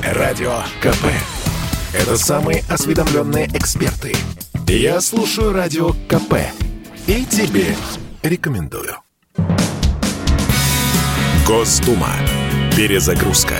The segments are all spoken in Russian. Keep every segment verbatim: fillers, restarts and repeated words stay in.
Радио КП. Это самые осведомленные эксперты. Я слушаю Радио КП и тебе рекомендую. Госдума. Перезагрузка.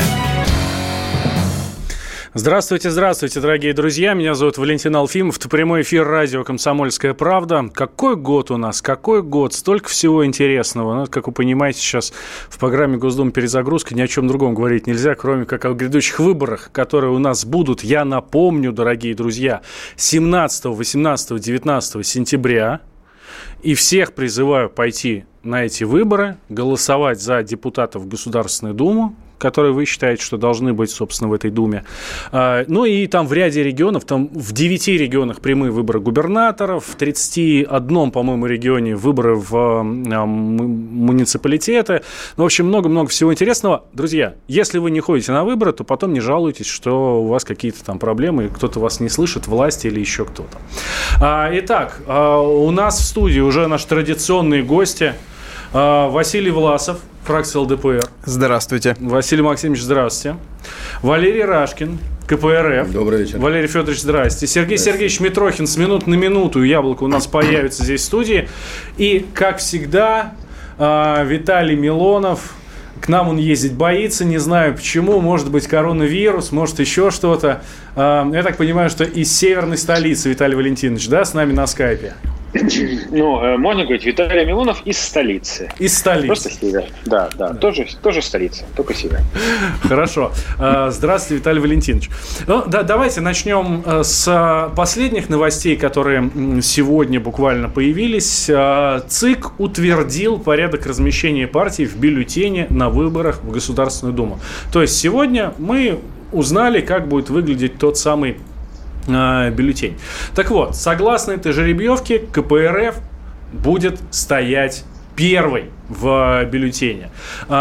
Здравствуйте, здравствуйте, дорогие друзья. Меня зовут Валентин Алфимов. Это прямой эфир радио «Комсомольская правда». Какой год у нас, какой год, столько всего интересного. Ну, как вы понимаете, сейчас в программе «Госдума. Перезагрузка» ни о чем другом говорить нельзя, кроме как о грядущих выборах, которые у нас будут. Я напомню, дорогие друзья, семнадцатого, восемнадцатого, девятнадцатого сентября. И всех призываю пойти на эти выборы, голосовать за депутатов в Государственную Думу, которые вы считаете, что должны быть, собственно, в этой Думе. Ну и там в ряде регионов, там в девяти регионах прямые выборы губернаторов, в тридцати одном, по-моему, регионе выборы в муниципалитеты. Ну, в общем, много-много всего интересного. Друзья, если вы не ходите на выборы, то потом не жалуйтесь, что у вас какие-то там проблемы, кто-то вас не слышит, власти или еще кто-то. Итак, у нас в студии уже наши традиционные гости. Василий Власов, фракция ЛДПР. Здравствуйте. Василий Максимович, здравствуйте. Валерий Рашкин, КПРФ. Добрый вечер. Валерий Федорович, здрасте. Сергей Сергеевич Митрохин с минуты на минуту. Яблоко у нас появится здесь в студии. И, как всегда, Виталий Милонов. К нам он ездить боится, не знаю почему. Может быть, коронавирус, может, еще что-то. Я так понимаю, что из северной столицы Виталий Валентинович, да, с нами на скайпе? Ну, можно говорить, Виталий Милонов из столицы. Из столицы. Просто север. Да, да, да. Тоже, тоже столица, только север. Хорошо. Здравствуйте, Виталий Валентинович. Ну, да, давайте начнем с последних новостей, которые сегодня буквально появились. ЦИК утвердил порядок размещения партий в бюллетене на выборах в Государственную Думу. То есть сегодня мы узнали, как будет выглядеть тот самый бюллетень. Так вот, согласно этой жеребьевке, КПРФ будет стоять первой в бюллетене.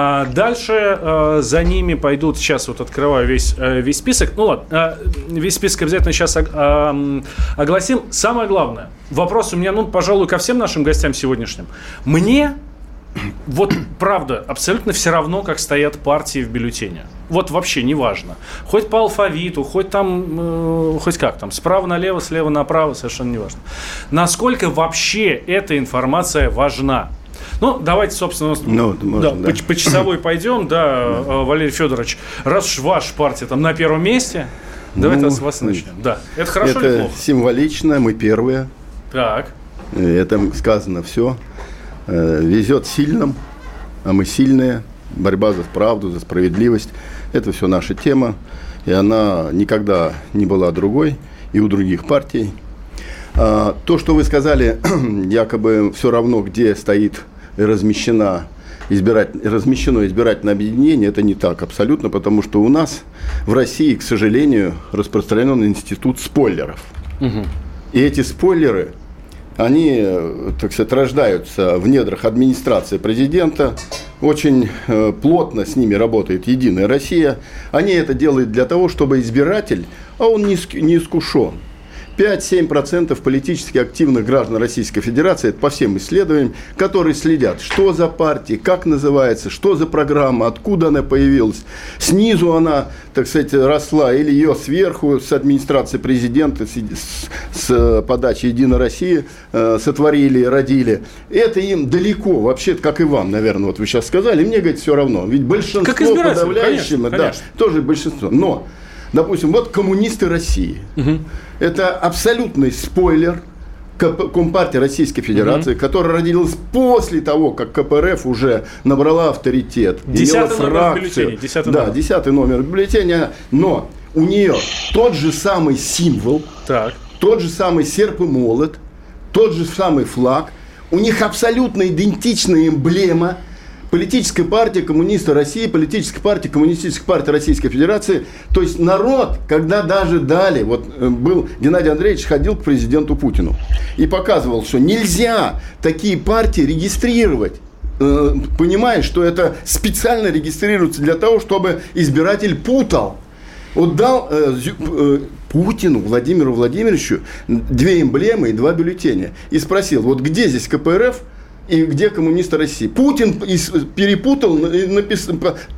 Дальше за ними пойдут, сейчас вот открываю весь, весь список. Ну ладно, весь список обязательно сейчас огласим. Самое главное, вопрос у меня, ну, пожалуй, ко всем нашим гостям сегодняшним. Мне вот, правда, абсолютно все равно, как стоят партии в бюллетене. Вот вообще не важно. Хоть по алфавиту, хоть там, э, хоть как там, справа налево, слева направо, совершенно не важно. Насколько вообще эта информация важна? Ну, давайте, собственно, ну, можно, да, да. По, по часовой пойдем, да, да, Валерий Федорович, раз уж ваша партия там на первом месте, давайте ну, с вас начнем. Да. Это хорошо это или плохо? Символично, мы первые. Так. Это сказано все. Везет сильным, а мы сильные. Борьба за правду, за справедливость. Это все наша тема. И она никогда не была другой и у других партий. А, то, что вы сказали, якобы все равно, где стоит размещена, избирать, размещено избирательное объединение, это не так абсолютно, потому что у нас в России, к сожалению, распространен институт спойлеров. Угу. И эти спойлеры, они, так сказать, рождаются в недрах администрации президента. Очень э, плотно с ними работает «Единая Россия». Они это делают для того, чтобы избиратель, а он не, не искушен. пять-семь процентов политически активных граждан Российской Федерации, это по всем исследованиям, которые следят, что за партия, как называется, что за программа, откуда она появилась. Снизу она, так сказать, росла, или ее сверху, с администрации президента, с, с подачи «Единой России» э, сотворили, родили. Это им далеко, вообще, как и вам, наверное, вот вы сейчас сказали, мне, говорит, все равно. Ведь большинство подавляющее, да, конечно. Тоже большинство. Но допустим, вот коммунисты России. Угу. Это абсолютный спойлер Компартии Российской Федерации, угу. которая родилась после того, как КПРФ уже набрала авторитет. Десятый номер в бюллетене. Десятый да, номер. десятый номер в бюллетене. Но у нее тот же самый символ, так. тот же самый серп и молот, тот же самый флаг. У них абсолютно идентичная эмблема. Политическая партия коммунистов России, политическая партия, коммунистическая партия Российской Федерации. То есть народ, когда даже дали, вот был Геннадий Андреевич, ходил к президенту Путину и показывал, что нельзя такие партии регистрировать. Понимая, что это специально регистрируется для того, чтобы избиратель путал. Вот дал э, э, Путину, Владимиру Владимировичу, две эмблемы и два бюллетеня. И спросил, вот где здесь КПРФ и где коммунисты России? Путин перепутал, написал,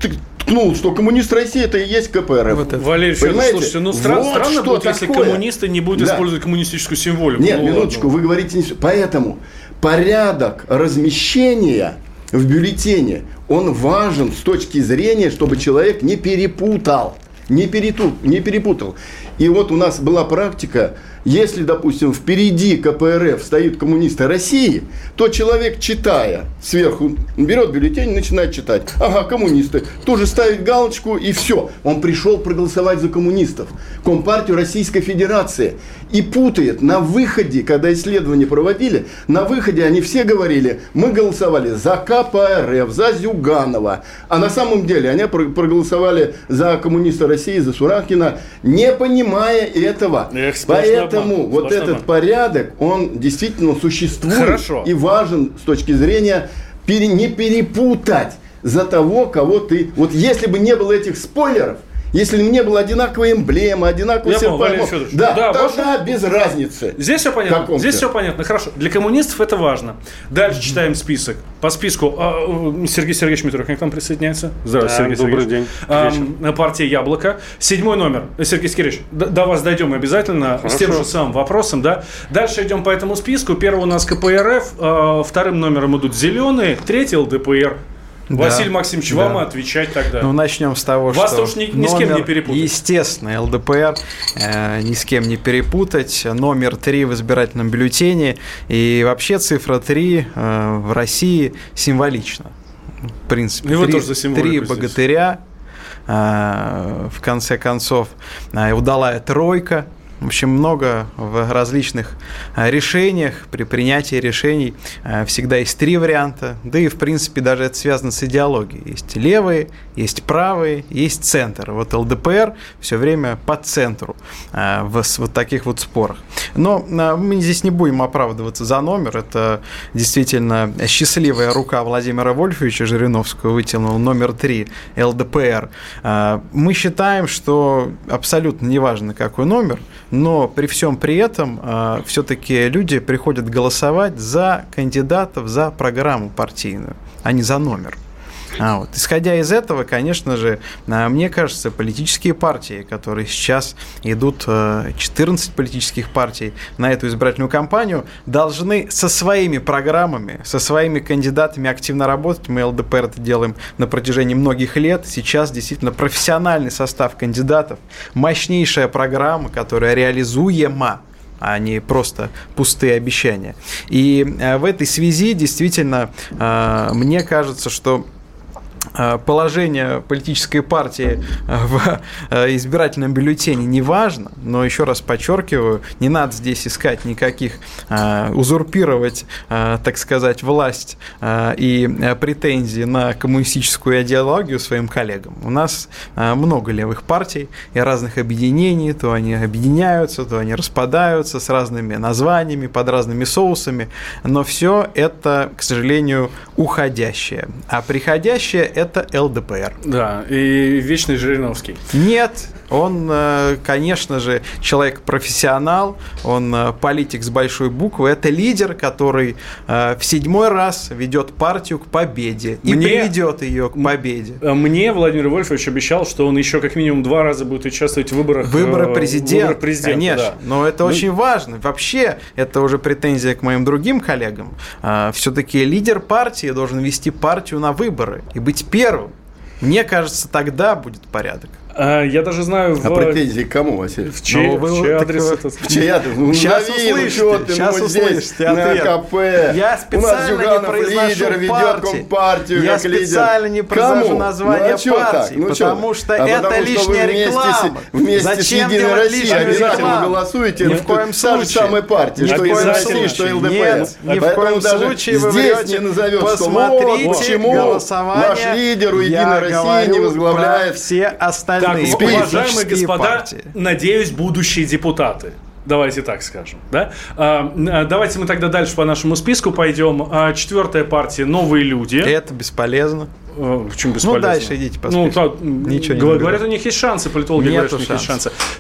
ткнул, что коммунист России это и есть ка пэ эр эф. Вот Валерий Федорович, слушайте, ну стра- вот странно будет, такое. Если коммунисты не будут да. использовать коммунистическую символику. Нет, ну, минуточку, ладно. вы говорите не... Поэтому порядок размещения в бюллетене, он важен с точки зрения, чтобы человек не перепутал. Не, перету, не перепутал. И вот у нас была практика, если, допустим, впереди ка пэ эр эф стоит коммунисты России, то человек, читая сверху, берет бюллетень и начинает читать. Ага, коммунисты. Тоже ставит галочку и все. Он пришел проголосовать за коммунистов. Компартию Российской Федерации. И путает. На выходе, когда исследования проводили, на выходе они все говорили, мы голосовали за ка пэ эр эф, за Зюганова. А на самом деле они проголосовали за коммуниста России, за Суракина, не понимая этого. Эх, Поэтому обман, вот этот обман. порядок, он действительно существует. Хорошо. И важен с точки зрения пере, не перепутать за того, кого ты... Вот если бы не было этих спойлеров, если бы не было одинаковой эмблемы, одинакового серпа, да, да, тогда вот без разницы. Здесь все понятно. Здесь все понятно. Хорошо. Для коммунистов это важно. Дальше читаем список. По списку Сергей Сергеевич Митрохин к нам присоединяется. Здравствуйте, Сергей Добрый Сергеевич. день. Партия «Яблоко». Седьмой номер. Сергей Сергеевич, до вас дойдем обязательно. Хорошо. С тем же самым вопросом. Да? Дальше идем по этому списку. Первый у нас ка пэ эр эф. Вторым номером идут «Зеленые». Третий эл дэ пэ эр. Да, Василий Максимович, вам да. отвечать тогда. Ну, начнем с того, Вас что уж ни, ни с кем не перепутать. Естественно, эл дэ пэ эр э, ни с кем не перепутать. Номер три в избирательном бюллетене. И вообще цифра три э, в России символична. В принципе, и три, три богатыря. Э, в конце концов, э, удалая тройка. В общем, много в различных решениях, при принятии решений всегда есть три варианта. Да и, в принципе, даже это связано с идеологией. Есть левые, есть правые, есть центр. Вот эл дэ пэ эр все время по центру в вот таких вот спорах. Но мы здесь не будем оправдываться за номер. Это действительно счастливая рука Владимира Вольфовича Жириновского вытянула номер три эл дэ пэ эр. Мы считаем, что абсолютно неважно, какой номер, но при всем при этом э, все-таки люди приходят голосовать за кандидатов, за программу партийную, а не за номер. А вот. Исходя из этого, конечно же, мне кажется, политические партии, которые сейчас идут, четырнадцать политических партий на эту избирательную кампанию, должны со своими программами, со своими кандидатами активно работать. Мы эл дэ пэ эр это делаем на протяжении многих лет. Сейчас действительно профессиональный состав кандидатов, мощнейшая программа, которая реализуема, а не просто пустые обещания. И в этой связи действительно мне кажется, что положение политической партии в избирательном бюллетене не важно, но еще раз подчеркиваю, не надо здесь искать никаких, узурпировать, так сказать, власть и претензии на коммунистическую идеологию своим коллегам. У нас много левых партий и разных объединений, то они объединяются, то они распадаются с разными названиями, под разными соусами, но все это, к сожалению, уходящее. А приходящее – это эл дэ пэ эр. Да, и вечный Жириновский. Нет, он, конечно же, человек-профессионал, он политик с большой буквы, это лидер, который в седьмой раз ведет партию к победе и мне, приведет ее к победе. Мне Владимир Вольфович обещал, что он еще как минимум два раза будет участвовать в выборах. Выборы президента, выборы президента конечно, да. но это ну, очень важно. Вообще, это уже претензия к моим другим коллегам. Все-таки лидер партии должен вести партию на выборы и быть первым. Мне кажется, тогда будет порядок. А, я даже знаю... А в... претензии к кому, Василий? В чей, в чей адрес это? В чей адрес? Ну, сейчас назови, услышите, ну, ты, сейчас ну, услышите ответ. На КП. Я специально не произношу лидер, партии. Я специально лидер. не произношу кому? название ну, а партии, ну, потому что а это потому, лишняя что реклама. Вместе Зачем с Единой Россией обязательно голосуете ни в коем та же самая партия, что и Россия, что эл дэ пэ эр. Нет, ни в коем случае вы здесь не назовешь, посмотрите почему голосование. Ваш лидер у Единой России не возглавляет все остальные уважаемые господа, партии. Надеюсь, будущие депутаты. Давайте так скажем. Да? А, давайте мы тогда дальше по нашему списку пойдем. А, четвертая партия «Новые люди». Это бесполезно. Почему бесполезно? Ну, дальше идите по списку. Ну, то, Ничего не говорят, говорят, у них есть шансы, политологи Нету говорят, что у них шанс. есть шансы.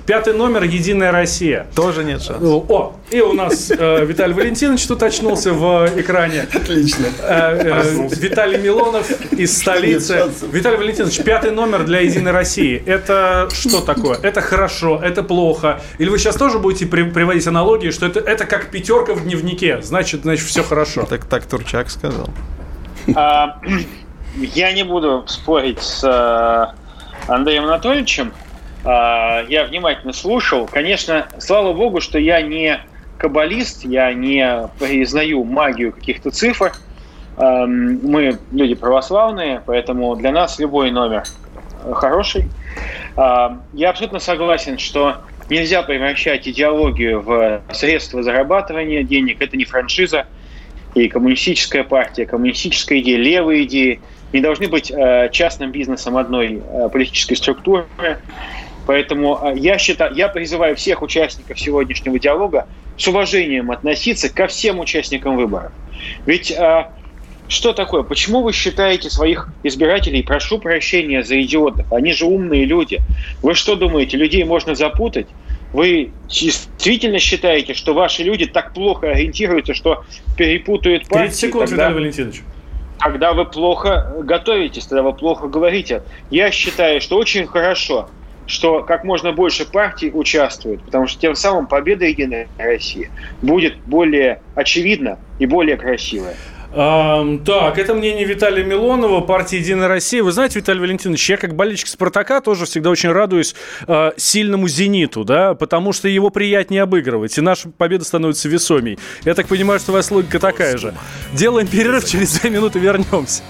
Пятый номер «Единая Россия». Тоже нет шансов. О, и у нас э, Виталий Валентинович тут очнулся в экране. Отлично. Э, э, Виталий Милонов из столицы. Виталий Валентинович, пятый номер для «Единой России». Это что такое? Это хорошо, это плохо? Или вы сейчас тоже будете при, приводить аналогии, что это, это как пятерка в дневнике? Значит, значит, все хорошо. Так, так Турчак сказал. А, я не буду спорить с а, Андреем Анатольевичем. А, я внимательно слушал. Конечно, слава богу, что я не каббалист, я не признаю магию каких-то цифр. А, мы люди православные, поэтому для нас любой номер хороший. А, я абсолютно согласен, что нельзя превращать идеологию в средство зарабатывания денег. Это не франшиза. И коммунистическая партия, коммунистическая идея, левые идеи не должны быть э, частным бизнесом одной э, политической структуры. Поэтому э, я считаю, я призываю всех участников сегодняшнего диалога с уважением относиться ко всем участникам выборов. Ведь э, что такое? Почему вы считаете своих избирателей, прошу прощения за идиотов, они же умные люди. Вы что думаете, людей можно запутать? Вы действительно считаете, что ваши люди так плохо ориентируются, что перепутают партии? тридцать секунд, тогда, Виталий Валентинович. Тогда вы плохо готовитесь, тогда вы плохо говорите. Я считаю, что очень хорошо, что как можно больше партий участвуют, потому что тем самым победа Единой России будет более очевидна и более красивая. А, так, это мнение Виталия Милонова, партии «Единая Россия». Вы знаете, Виталий Валентинович, я как болельщик «Спартака» тоже всегда очень радуюсь э, сильному «Зениту», да, потому что его приятнее обыгрывать, и наша победа становится весомей. Я так понимаю, что у вас логика такая же. Делаем перерыв, через две минуты вернемся.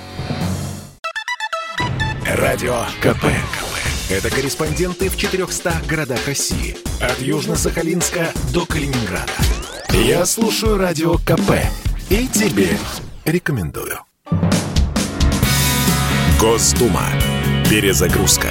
Радио КП. Это корреспонденты в четырехстах городах России. От Южно-Сахалинска до Калининграда. Я слушаю Радио КП. И тебе рекомендую. Госдума. Перезагрузка.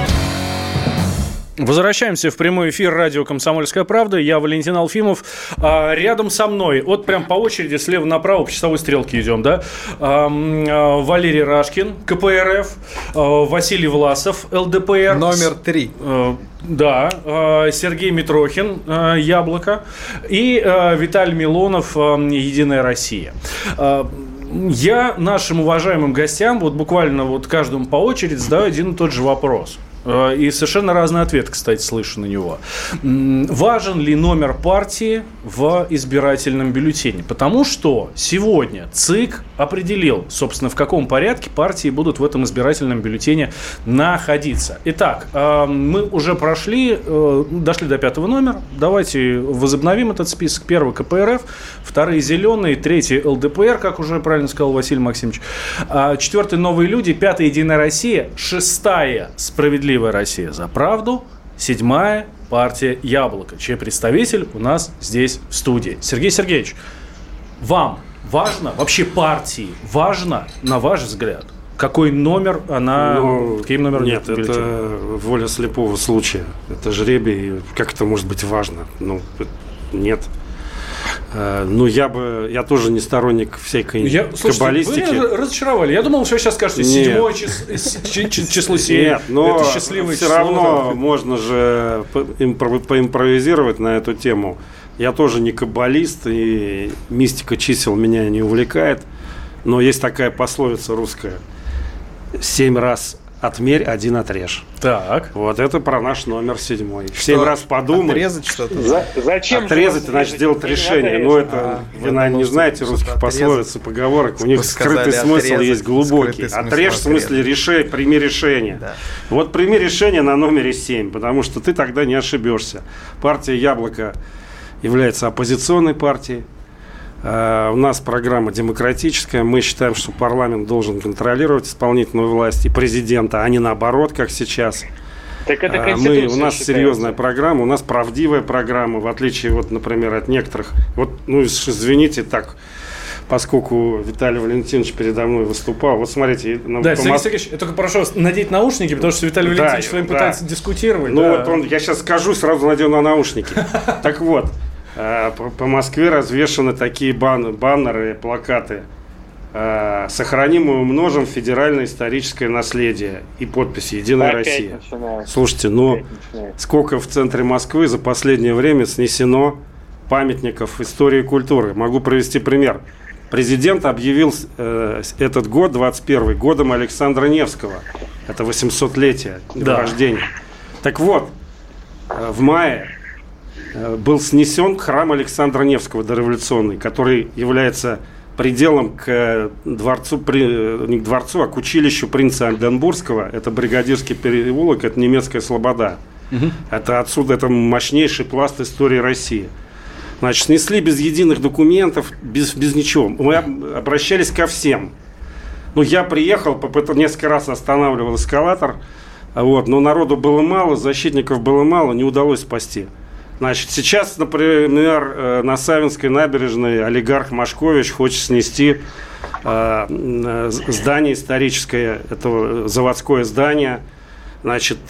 Возвращаемся в прямой эфир радио «Комсомольская правда». Я Валентин Алфимов. А, рядом со мной, вот прям по очереди, слева направо, по часовой стрелке идем, да? А, а, Валерий Рашкин, КПРФ, а, Василий Власов, ЛДПР. Номер три. А, да, а, Сергей Митрохин, а, Яблоко. И а, Виталий Милонов, а, «Единая Россия». А, я нашим уважаемым гостям, вот буквально вот каждому по очереди задаю один и тот же вопрос. И совершенно разный ответ, кстати, слышу на него. Важен ли номер партии в избирательном бюллетене? Потому что сегодня ЦИК определил, собственно, в каком порядке партии будут в этом избирательном бюллетене находиться. Итак, мы уже прошли, дошли до пятого номера. Давайте возобновим этот список. Первый КПРФ, вторые зеленые, третий ЛДПР, как уже правильно сказал Василий Максимович. Четвертый новые люди, пятая Единая Россия, шестая Справедливая Россия за правду, седьмая партия Яблоко, чей представитель у нас здесь в студии. Сергей Сергеевич, вам важно, вообще партии важно, на ваш взгляд, какой номер она, ну, каким номером нет, это воля слепого случая, это жребий, как это может быть важно? Ну, нет. Ну, я бы, я тоже не сторонник всякой я, каббалистики. Слушайте, вы разочаровали. Я думал, что вы сейчас скажете седьмое число семь. Нет, но это счастливое все число, равно да. Можно же поимпровизировать на эту тему. Я тоже не каббалист, и мистика чисел меня не увлекает. Но есть такая пословица русская: семь раз отмерь, один отрежь. Так. Вот это про наш номер седьмой. В семь раз подумай. Отрезать что-то? За, зачем? Отрезать, значит, делать решение. Ну, это, а, вы, наверное, не знаете русских пословиц и поговорок. У них скрытый смысл есть глубокий. Отрежь, в смысле, реши, прими решение. Да. Вот прими решение на номере семь, потому что ты тогда не ошибешься. Партия «Яблоко» является оппозиционной партией. Uh, у нас программа демократическая. Мы считаем, что парламент должен контролировать исполнительную власть и президента, а не наоборот, как сейчас. Так это uh, мы, у нас считается. Серьезная программа, у нас правдивая программа, в отличие, вот, например, от некоторых. Вот, ну, извините, так, поскольку Виталий Валентинович передо мной выступал. Вот смотрите. Да, Сергей Мос... Сергеевич, я только прошу вас надеть наушники, потому что Виталий Валентинович да, с вами да. пытается дискутировать. Ну, да. вот он, я сейчас скажу, сразу надену на наушники. Так вот. По Москве развешаны такие бан- баннеры, плакаты. сохраним и умножим федеральное историческое наследие и подписи «Единая Опять Россия». Начинается. Слушайте, ну сколько в центре Москвы за последнее время снесено памятников истории и культуры. Могу привести пример. Президент объявил э, этот год, двадцать первый, годом Александра Невского. Это восьмисотлетие его да. рождения. Так вот, э, в мае э, был снесен храм Александра Невского дореволюционный, который является пределом к дворцу, не к дворцу, а к училищу принца Альденбургского. Это Бригадирский переулок, это немецкая слобода. Угу. Это отсюда, это мощнейший пласт истории России. Значит, снесли без единых документов, без, без ничего. Мы обращались ко всем. Ну, я приехал, попытал, несколько раз останавливал эскалатор, вот, но народу было мало, защитников было мало, не удалось спасти. Значит, сейчас, например, на Савинской набережной олигарх Машкович хочет снести э, здание историческое, это заводское здание. Значит,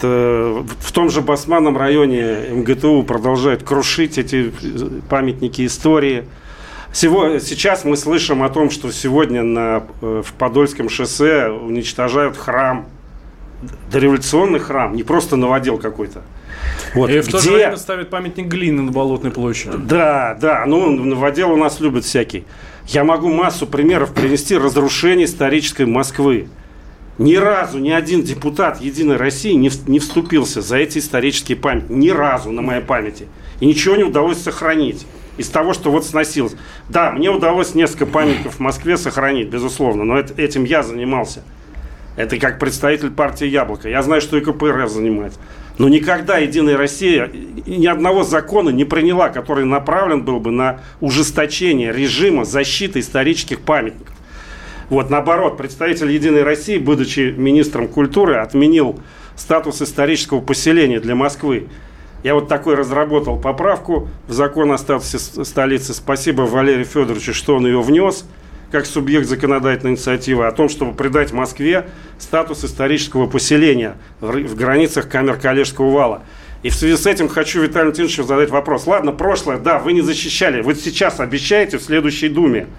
в том же Басманном районе эм гэ тэ у продолжают крушить эти памятники истории. Сегодня, сейчас мы слышим о том, что сегодня на, в Подольском шоссе уничтожают храм, дореволюционный храм, не просто новодел какой-то. Вот, и в то же время ставят памятник глины на Болотной площади. Да, да, ну новодел у нас любят всякий. Я могу массу примеров привести разрушений исторической Москвы. Ни разу ни один депутат «Единой России» не, в, не вступился за эти исторические памятники. Ни разу на моей памяти. И ничего не удалось сохранить из того, что вот сносилось. Да, мне удалось несколько памятников в Москве сохранить, безусловно, но это, этим я занимался. Это как представитель партии «Яблоко». Я знаю, что и ка пэ эр эф занимается. Но никогда «Единая Россия» ни одного закона не приняла, который направлен был бы на ужесточение режима защиты исторических памятников. Вот, наоборот, представитель «Единой России», будучи министром культуры, отменил статус исторического поселения для Москвы. Я вот такой разработал поправку в закон о статусе столицы. Спасибо Валерию Федоровичу, что он ее внес как субъект законодательной инициативы, о том, чтобы придать Москве статус исторического поселения в, в границах Камер-Калежского вала. И в связи с этим хочу Виталию Валентиновичу задать вопрос. Ладно, прошлое, да, вы не защищали. Вы сейчас обещаете в следующей Думе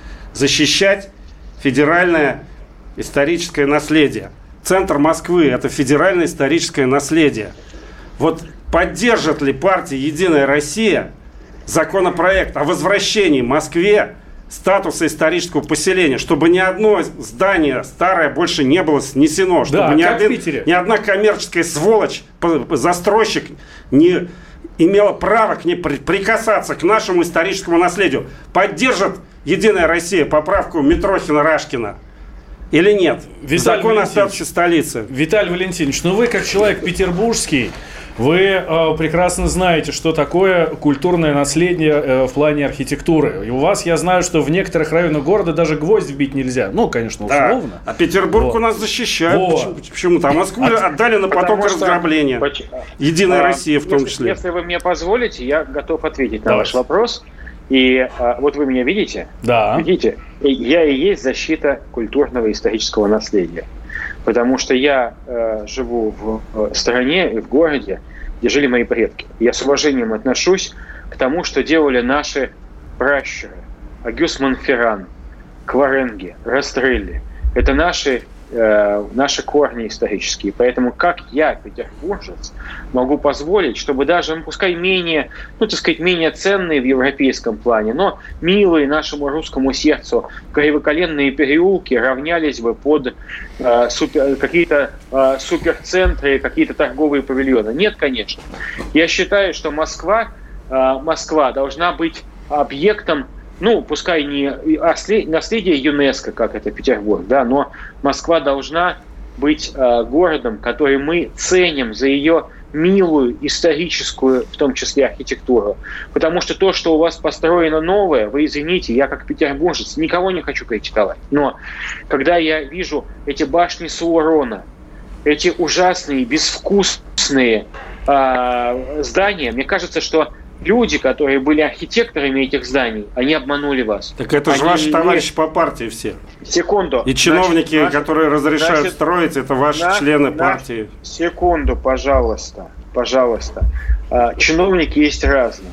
защищать федеральное историческое наследие. Центр Москвы – это федеральное историческое наследие. Вот поддержит ли партия «Единая Россия» законопроект о возвращении Москве статуса исторического поселения, чтобы ни одно здание старое больше не было снесено, чтобы да, ни, один, ни одна коммерческая сволочь, застройщик не имела права к ней прикасаться к нашему историческому наследию. Поддержит «Единая Россия» поправку Митрохина-Рашкина или нет? Виталий Закон о статусе столицы. Виталий Валентинович, ну вы как человек петербургский, вы э, прекрасно знаете, что такое культурное наследие э, в плане архитектуры. И у вас, я знаю, что в некоторых районах города даже гвоздь вбить нельзя. Ну, конечно, условно. Да. А Петербург вот. У нас защищают. Вот. Почему-то. А Москву От... отдали на поток разграбления. Что... Единая а, Россия в том если, числе. Если вы мне позволите, я готов ответить на Давайте. Ваш вопрос. И а, вот вы меня видите? Да. Видите? Я и есть защита культурного и исторического наследия. Потому что я э, живу в э, стране и в городе, где жили мои предки. Я с уважением отношусь к тому, что делали наши пращуры. Агюст Монферран, Кваренги, Растрелли. Это наши, э, наши корни исторические. Поэтому как я, петербуржец, могу позволить, чтобы даже, ну, пускай менее, ну, так сказать, менее ценные в европейском плане, но милые нашему русскому сердцу кривоколенные переулки равнялись бы под э, супер, какие-то э, суперцентры, какие-то торговые павильоны? Нет, конечно. Я считаю, что Москва, э, Москва должна быть объектом, ну, пускай не наследие ЮНЕСКО, как это Петербург, да, но Москва должна быть э, городом, который мы ценим за ее милую, историческую, в том числе архитектуру. Потому что то, что у вас построено новое, вы извините, я как петербуржец никого не хочу критиковать. Но когда я вижу эти башни Саурона, эти ужасные, безвкусные э, здания, мне кажется, что люди, которые были архитекторами этих зданий, они обманули вас. Так это же ваши товарищи по партии все. Секунду. И чиновники, значит, которые разрешают значит, строить, это ваши на, члены партии. На, секунду, пожалуйста, пожалуйста. А, чиновники есть разные.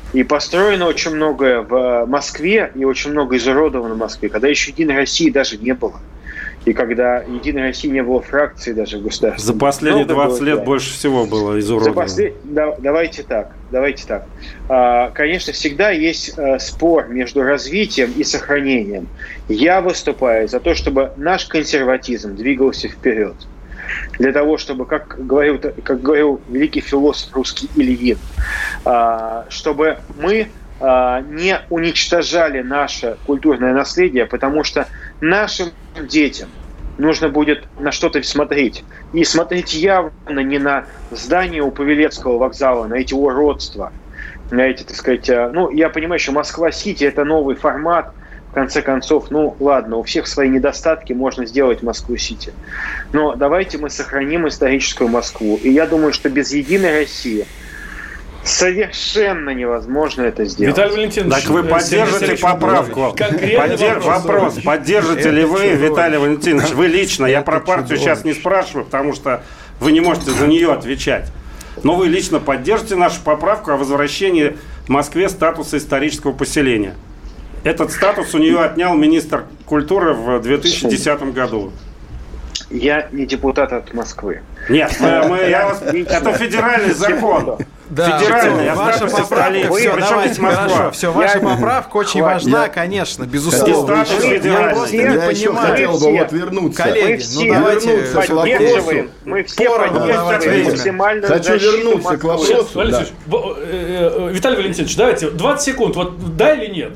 И построено очень многое в Москве, и очень много изуродовано в Москве, когда еще Единой России даже не было. И когда Единой России не было фракции даже в государстве. За последние двадцать лет больше всего было изуродовано. Послед... Да, давайте так, давайте так. А, конечно, всегда есть а, спор между развитием и сохранением. Я выступаю за то, чтобы наш консерватизм двигался вперед. Для того, чтобы, как говорил, как говорил великий философ русский Ильин, а, чтобы мы а, не уничтожали наше культурное наследие, потому что нашим детям нужно будет на что-то смотреть. И смотреть явно не на здание у Павелецкого вокзала, на эти уродства, на эти, так сказать... Ну, я понимаю, что Москва-Сити – это новый формат. В конце концов, ну, ладно, у всех свои недостатки, можно сделать Москву-Сити. Но давайте мы сохраним историческую Москву. И я думаю, что без Единой России совершенно невозможно это сделать. Виталий Валентинович, так вы поддержите поправку. Поддерж... Вопрос. вопрос. Поддержите ли вы, чудовище. Виталий Валентинович, вы лично, это я про партию чудовище. Сейчас не спрашиваю, потому что вы не можете за нее отвечать. Но вы лично поддержите нашу поправку о возвращении в Москве статуса исторического поселения. Этот статус у нее отнял министр культуры в две тысячи десятом году. Я не депутат от Москвы. Нет, мы, мы, я вас, это федеральный закон. Да, федеральный, ваша поправка, все, давайте, хорошо, все, ваша поправка очень важна, конечно, безусловно. Я просто не понимаю, хотел бы вот вернуться. Коллеги, ну давайте поддерживаем, мы все поддерживаем максимально Хочу вернуться к вопросу. Виталий Валентинович, давайте, двадцать секунд, вот да или нет?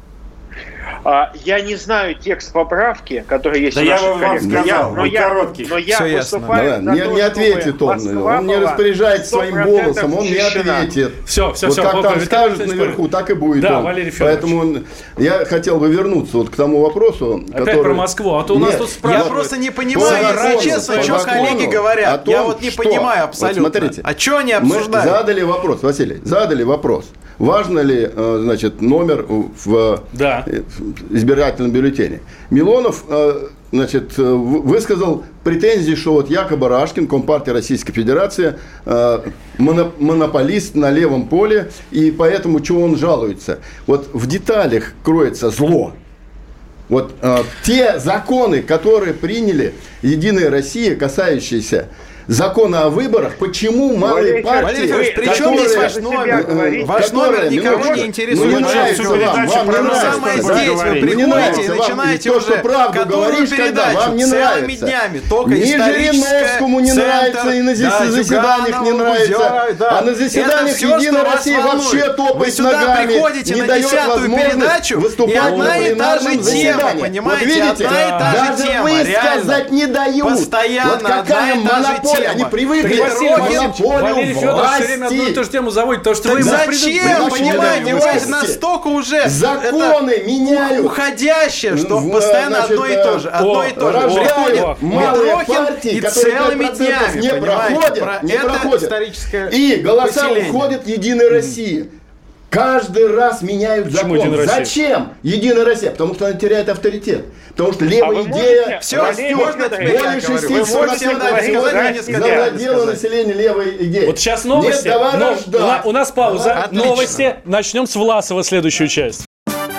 Я не знаю текст поправки, который есть да в наших коллегах. Я, но, я, короткий. но я Все выступаю ясно. Не, не ответит он. Он не распоряжается своим голосом, он не ответит. Все, все, вот все. как там скажут наверху, так и будет да, он. Валерий Федорович. Поэтому он, я хотел бы вернуться вот к тому вопросу, опять который... про Москву, а то у нас Нет, тут спрашивают. Я просто не понимаю, если честно, что коллеги говорят. Том, я вот не что... понимаю абсолютно. Вот смотрите, а что они обсуждают? Мы задали вопрос, Василий, задали вопрос. Важно ли, значит, номер в да. избирательном бюллетене? Милонов, значит, высказал претензии, что вот якобы Рашкин, Компартия Российской Федерации, монополист на левом поле, и поэтому чего он жалуется? Вот в деталях кроется зло. Вот э, те законы, которые приняли Единая Россия, касающиеся закона о выборах, почему малые Валерий, партии, Валерий, при чем которые, здесь ваш номер? Ваш номер никого не интересует. Ну, не нравится вам, вам не нравится. Самое здесь вы приходите и начинаете то, уже что правду говоришь, когда вам не целыми нравится. днями, только ни Жириновскому не нравится, и на да, заседаниях не нравится. Да. А на заседаниях Единой России вообще топает ногами, приходите не на дает возможность выступать на пленарном заседании. Понимаете, вот видите, одна и та же даже тема, высказать не дают. Постоянно вот какая одна и та же монополия, тема. они привыкли. Валерий Федорович все время одну и ту же тему заводит, потому что так вы зачем, понимаете, вы власти. настолько уже законы меняют, уходящее, что в, постоянно значит, одно и то же, одно о, и то же. Рождают малые Митрохин партии, и которые целыми днями, не проходят, про не это проходят. историческое И голоса поселение. уходят Единой России. Каждый раз меняют Почему закон. Единая Россия? Зачем Единая Россия? Потому что она теряет авторитет. Потому что левая а идея Все, растет. можно теперь я Более говорю? Вы шестьдесят можете дать сказать мне несколько завладело население левой идеей. Вот сейчас новости. Нет, давай но, рождать. у нас пауза. Отлично. Новости. Начнем с Власова следующую часть.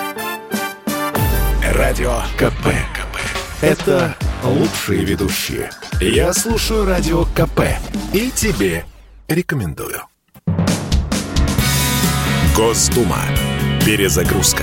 Радио КП. Это лучшие ведущие. Я слушаю Радио КП и тебе рекомендую. Госдума. Перезагрузка.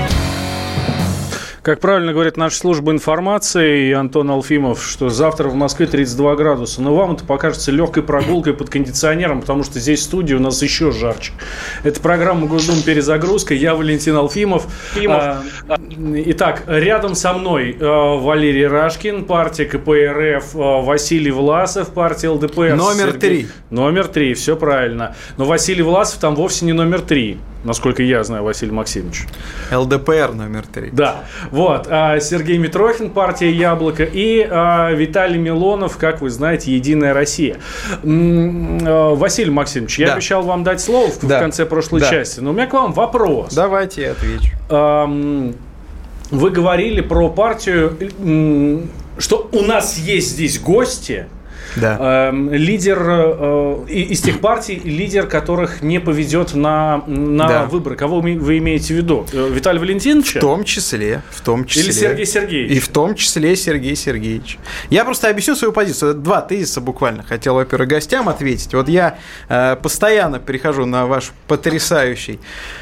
Как правильно говорит наша служба информации и Антон Алфимов, что завтра в Москве тридцать два градуса. Но вам это покажется легкой прогулкой под кондиционером, потому что здесь в студии у нас еще жарче. Это программа «Госдума. Перезагрузка». Я Валентин Алфимов. А, итак, рядом со мной а, Валерий Рашкин, партия КПРФ, а, Василий Власов, партия ЛДПР. Номер Сергей... три. Номер три, все правильно. Но Василий Власов там вовсе не номер три, насколько я знаю, Василий Максимович. ЛДПР номер три. Да. Вот, Сергей Митрохин, партия «Яблоко», и Виталий Милонов, как вы знаете, «Единая Россия». Василий Максимович, я да. обещал вам дать слово в да. конце прошлой да. части, но у меня к вам вопрос. Давайте я отвечу. Вы говорили про партию, что у нас есть здесь гости, Да. Э, лидер э, из тех партий, лидер которых не поведет на, на да. выборы. Кого вы имеете в виду? Виталия Валентиновича? В том числе. В том числе. Или Сергей Сергеевич? И в том числе Сергей Сергеевич. Я просто объясню свою позицию. Два тезиса буквально хотел, во-первых, гостям ответить. Вот я э, постоянно перехожу на ваш потрясающий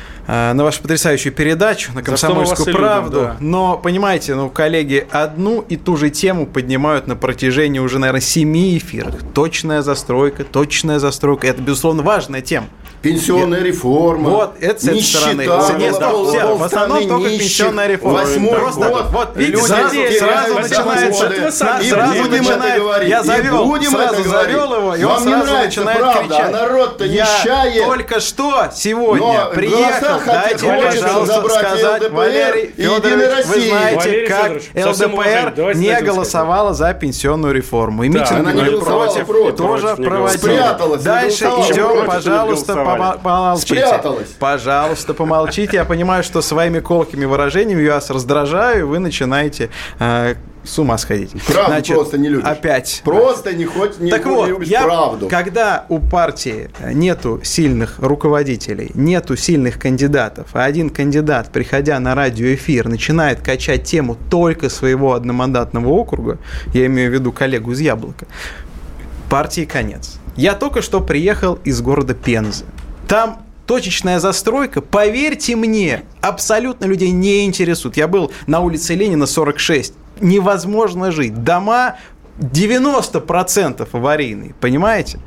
на вашу потрясающую передачу, на «Комсомольскую правду». Любим, да. Но, понимаете, ну, коллеги одну и ту же тему поднимают на протяжении уже, наверное, семи эфиров. Точная застройка, точная застройка. Это, безусловно, важная тема. Пенсионная реформа. Вот, это с этой стороны. Нет, пол, вся, пол в основном только нищих, пенсионная реформа. Восьмой Просто, год. Вот, видите, сразу, сразу начинается. Сразу начинает. Я завел, сразу завел его, и он сразу начинает правда, кричать. А народ-то нищает. Я только что сегодня приехал. Дайте мне, пожалуйста, сказать, Валерий Федорович, вы знаете, как эл дэ пэ эр не голосовала за пенсионную реформу. И митинг против тоже проводила. Дальше идем, пожалуйста, помолчите. Спряталась. Пожалуйста, помолчите. Я понимаю, что своими колкими выражениями я вас раздражаю, и вы начинаете э, с ума сходить. Правду Значит, просто не любишь. Опять. Просто не, хоть, не, так не вот, любишь я, правду. Когда у партии нету сильных руководителей, нету сильных кандидатов, а один кандидат, приходя на радиоэфир, начинает качать тему только своего одномандатного округа, я имею в виду коллегу из «Яблока», партии конец. Я только что приехал из города Пензы. Там точечная застройка, поверьте мне, абсолютно людей не интересует. Я был на улице Ленина, сорок шесть. Невозможно жить. Дома девяносто процентов аварийные, понимаете?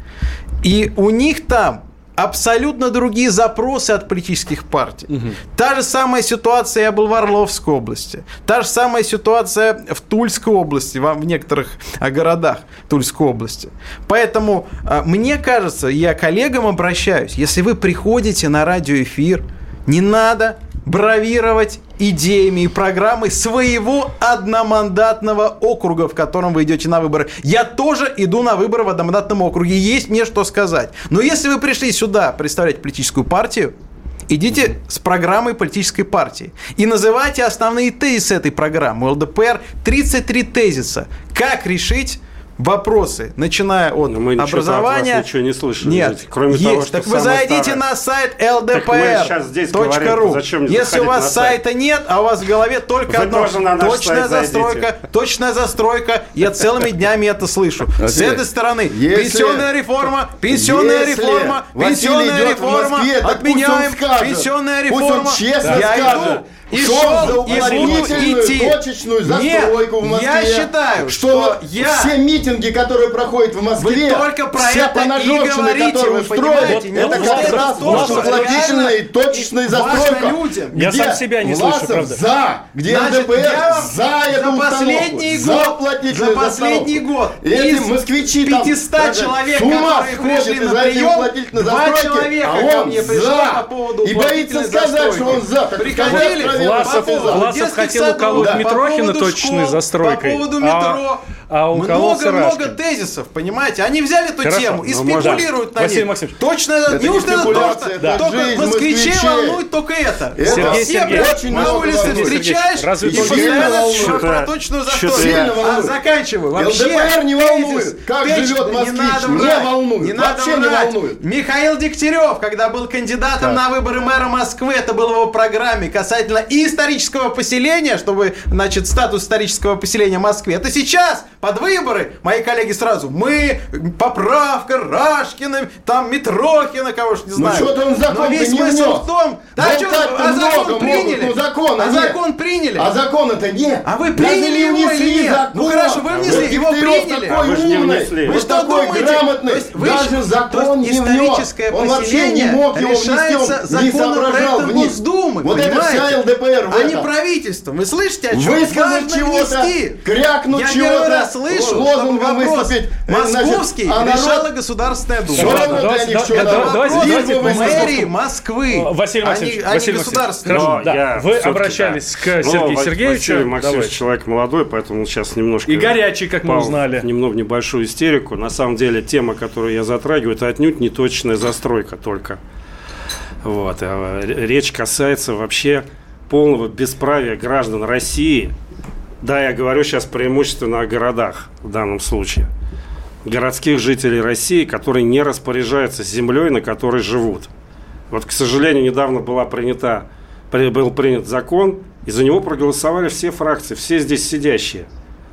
И у них там абсолютно другие запросы от политических партий. Угу. Та же самая ситуация, я был в Орловской области. Та же самая ситуация в Тульской области, в некоторых городах Тульской области. Поэтому мне кажется, я к коллегам обращаюсь, если вы приходите на радиоэфир, не надо бравировать идеями и программой своего одномандатного округа, в котором вы идете на выборы. Я тоже иду на выборы в одномандатном округе. Есть мне что сказать. Но если вы пришли сюда представлять политическую партию, идите с программой политической партии и называйте основные тезисы этой программы. У эл дэ пэ эр тридцать три тезиса. Как решить вопросы, начиная от мы образования. От вас ничего не слышали. Нет, здесь, кроме есть. того, что так вы зайдите старое. на сайт эл дэ пэ эр точка ру. Если у вас сайта нет, а у вас в голове только вы одно: точная застройка, точная застройка. Я целыми днями это слышу. А с этой стороны если, пенсионная реформа, пенсионная реформа, пенсионная реформа, Москве, отменяем пенсионная реформа. Пусть он честно я скажет. Иду, и шел за уплотнительную идти. точечную застройку Нет, в Москве. Я считаю, что, что я... все митинги, которые проходят в Москве, вы только про вся это поножовщина, говорите, которую строят, вот, это как вот раз уплотнительная и точечная застройка. Людям. Я сам себя не слышу, правда. За, где эл дэ пэ эр за эту установку, за уплотнительную за последний год эти москвичи там пятьсот человек, с ума которые пришли сходят на из-за этой уплотительной застройки, а он за. И боится сказать, что он за. Приходили, Власов, Власов хотел уколоть да. Митрохина точечной застройкой. По поводу метро. А, а много-много тезисов, понимаете? Они взяли эту Хорошо, тему и спекулируют да. на ней. Максимович. Точно, это неужто это то, да. только москвичей волнует только это? это Сергей Все Сергеевич, на улице встречаешь Разве и постоянно про точную застройку. А заканчиваю. Вообще, эл дэ пэ эр не волнует. Как живет москвич, не волнует. Не надо Вообще не волнует. Михаил Дегтярев, когда был кандидатом на выборы мэра Москвы, это было в его программе касательно и исторического поселения, чтобы, значит, статус исторического поселения в Москве. Это сейчас, под выборы, мои коллеги сразу, мы, поправка, Рашкина, там Митрохина, кого ж не знаю. Ну что-то он закон-то весь не внес. в том, да, что, а закон приняли? Ну, закона а нет. закон приняли? А закона-то нет. А вы приняли его или нет? Закон. Ну хорошо, вы внесли, а его приняли. Такой вы же не умный, внесли. вы Вы что такой думаете? грамотный, вы, даже закон не внес. Он вообще не мог его внести, он не соображал вниз. Госдумы, вот понимаете? это вся эл дэ пэ эр в а не этом. правительством. Вы слышите, о чем? Высказать чего-то, крякнуть Я чего-то, первый раз слышу, лозунгом выступить. Московский значит, а решала народ... Государственная Дума. Все равно для них что Давайте мэрии Москвы, Василий Максимович, а не государственная Дума. Да. Вы обращались к Сергею Сергеевичу. Василий Максимович человек молодой, поэтому сейчас немножко... И горячий, как мы узнали. Немного небольшую истерику. На самом деле, тема, которую я затрагиваю, это отнюдь не точная застройка только. Вот. Речь касается вообще полного бесправия граждан России. Да, я говорю сейчас преимущественно о городах в данном случае. городских жителей России, которые не распоряжаются землей, на которой живут. Вот, к сожалению, недавно была принята, был принят закон, и за него проголосовали все фракции, все здесь сидящие,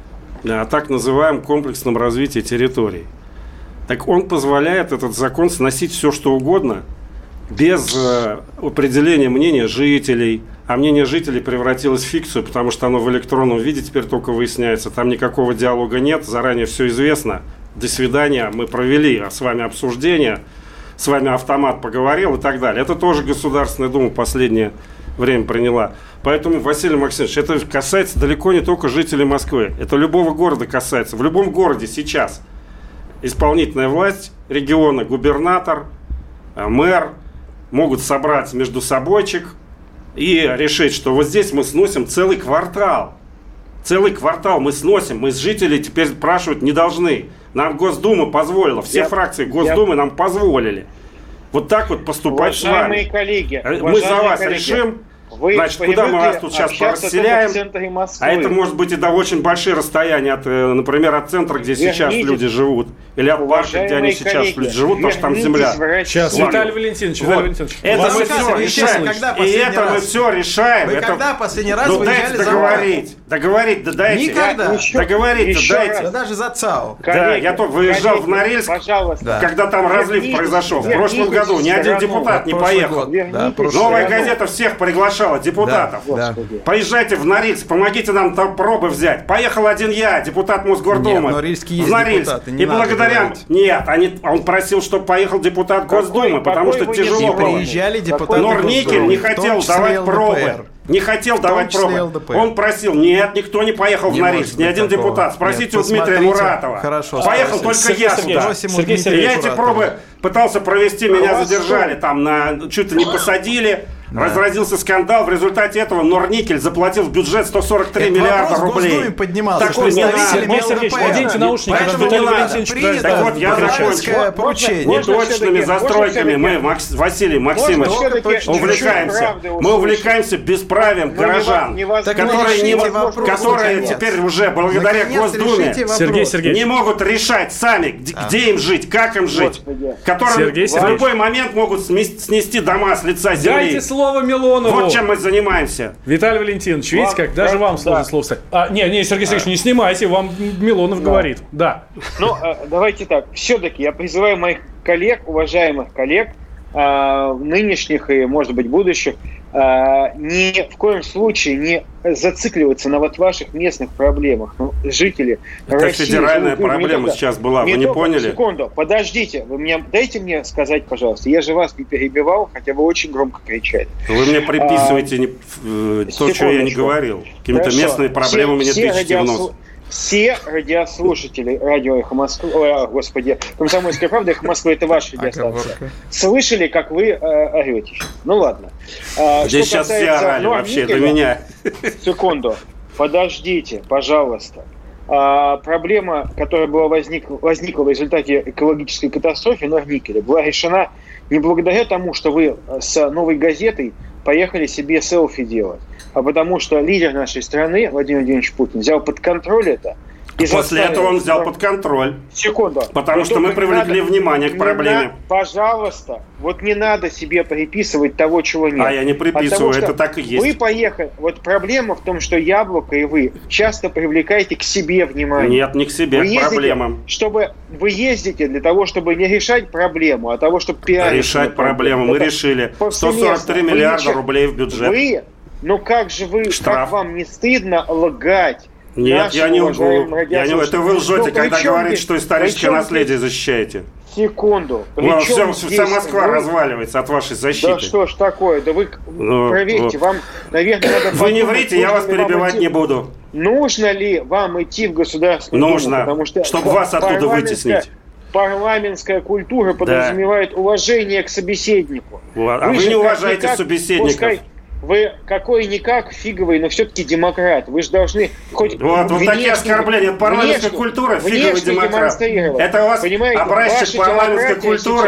о так называемом комплексном развитии территорий. Так он позволяет, этот закон, сносить все, что угодно, без э, определения мнения жителей. А мнение жителей превратилось в фикцию, потому что оно в электронном виде теперь только выясняется. Там никакого диалога нет, заранее все известно. До свидания, мы провели с вами обсуждение, с вами автомат поговорил и так далее. Это тоже Государственная Дума в последнее время приняла. Поэтому, Василий Максимович, это касается далеко не только жителей Москвы. Это любого города касается. В любом городе сейчас исполнительная власть региона, губернатор, мэр могут собрать между собойчик и решить, что вот здесь мы сносим целый квартал. Целый квартал мы сносим. Мы с жителей теперь спрашивать не должны. Нам Госдума позволила. Все я, фракции Госдумы я... нам позволили. Вот так вот поступать с вами. Коллеги, мы за вас коллеги. решим. Вы Значит, куда мы вас тут сейчас порасселяем? А это может быть и до очень большие расстояния, от, например, от центра, где Вернитесь, сейчас люди живут, или от парка, где они сейчас коллеги, живут, потому что там земля. Сейчас, вот. Виталий Валентинович, вот. Виталий Валентинович. Это мы все решаем. И это мы все решаем. Вы это... когда последний раз ну, выезжали дайте договорить. Договорить, да дайте. Никогда. Договорить, да дайте. Да даже за ЦАО. Да, я только выезжал коллеги, в Норильск, когда там разлив произошел. В прошлом году ни один депутат не поехал. Новая газета всех приглашала, депутатов. Да. Поезжайте в Норильск, помогите нам там пробы взять. Поехал один я, депутат Мосгордумы. Нет, в Норильске есть в Норильск. депутаты, не и благодаря... говорить. Нет, они... он просил, чтобы поехал депутат какой, Госдумы, потому что тяжело было. Приезжали депутаты Норникель не хотел давать пробы. Не хотел давать пробы. Он просил, нет, никто не поехал не в Норильск, ни один такого. депутат. Спросите Нет, у Дмитрия Муратова. Хорошо, поехал спросите. только я Сергей сюда. Сергей Сергей я эти пробы пытался провести, меня задержали, там на чуть ли не посадили. Да. Разразился скандал. В результате этого Норникель заплатил в бюджет сто сорок три миллиарда рублей. Поднимался. Так что не надо. Оденьте наушники. Поэтому не надо. Так вот, я закончу. Неточными застройками мы, Василий Максимович, увлекаемся. Мы увлекаемся бесправием горожан, которые теперь уже благодаря Госдуме не могут решать сами, где им жить, как им жить. Которые в любой момент могут снести дома с лица земли. Слово Милонову. Вот чем мы занимаемся. Виталий Валентинович, видите, как даже вам сложно слово сказать. А, не, не, Сергей Сергеевич, не снимайте, вам Милонов да. говорит. Да. Ну, давайте так. Все-таки я призываю моих коллег, уважаемых коллег, нынешних и, может быть, будущих, ни в коем случае не зацикливаться на вот ваших местных проблемах. Ну, жители Это России, федеральная живут, проблема не сейчас была, вы не только, поняли? Секунду, подождите, вы мне, дайте мне сказать, пожалуйста. Я же вас не перебивал, хотя вы очень громко кричали. Вы мне приписываете а, не, э, то, что я не говорил. Какие-то местные проблемы мне тычете в нос. Все радиослушатели радио «Эхо Москвы», о, господи, «Комсомольская правда», «Эхо Москвы» — это ваша радиостанция. Слышали, как вы э, орете? Ну ладно. А, Здесь сейчас все орали вообще, до меня. Секунду. Подождите, пожалуйста. А, проблема, которая была возник, возникла в результате экологической катастрофы Норникеля, была решена не благодаря тому, что вы с «Новой газетой» поехали себе селфи делать, а потому что лидер нашей страны, Владимир Владимирович Путин, взял под контроль это. И После этого он взял под контроль. Секунду. Потому что мы привлекли надо, внимание к проблеме. Надо, пожалуйста, вот не надо себе приписывать того, чего нет. А я не приписываю, это так и есть. Вы поехали. Вот проблема в том, что Яблоко и вы часто привлекаете к себе внимание. Нет, не к себе, вы к проблемам. Ездите, чтобы, вы ездите для того, чтобы не решать проблему, а того, чтобы пиарить. Решать проблему. Мы решили. сто сорок три миллиарда рублей в бюджет. Вы, ну как же вы, Штраф. как вам не стыдно лгать? Нет, я не лгу. Я не... Это вы лжете, ну, когда говорите, здесь? Что историческое наследие здесь? защищаете. Секунду. Ну, все, вся Москва вы... разваливается от вашей защиты. Да что ж такое? Да вы ну, проверьте, ну... вам, наверное, надо... Вы не врите, я вас перебивать идти... не буду. Нужно ли вам идти в Государственную Думу? Нужно, Потому что чтобы вас оттуда вытеснить. Парламентская культура подразумевает да. уважение к собеседнику. Вот. А вы, вы не уважаете никак, собеседников. Пускай... Вы какой-никак фиговый, но все-таки демократ. Вы же должны хоть... Вот, вот такие оскорбления. Парламентская культура, фиговый демократ. Это у вас образчик парламентской культуры.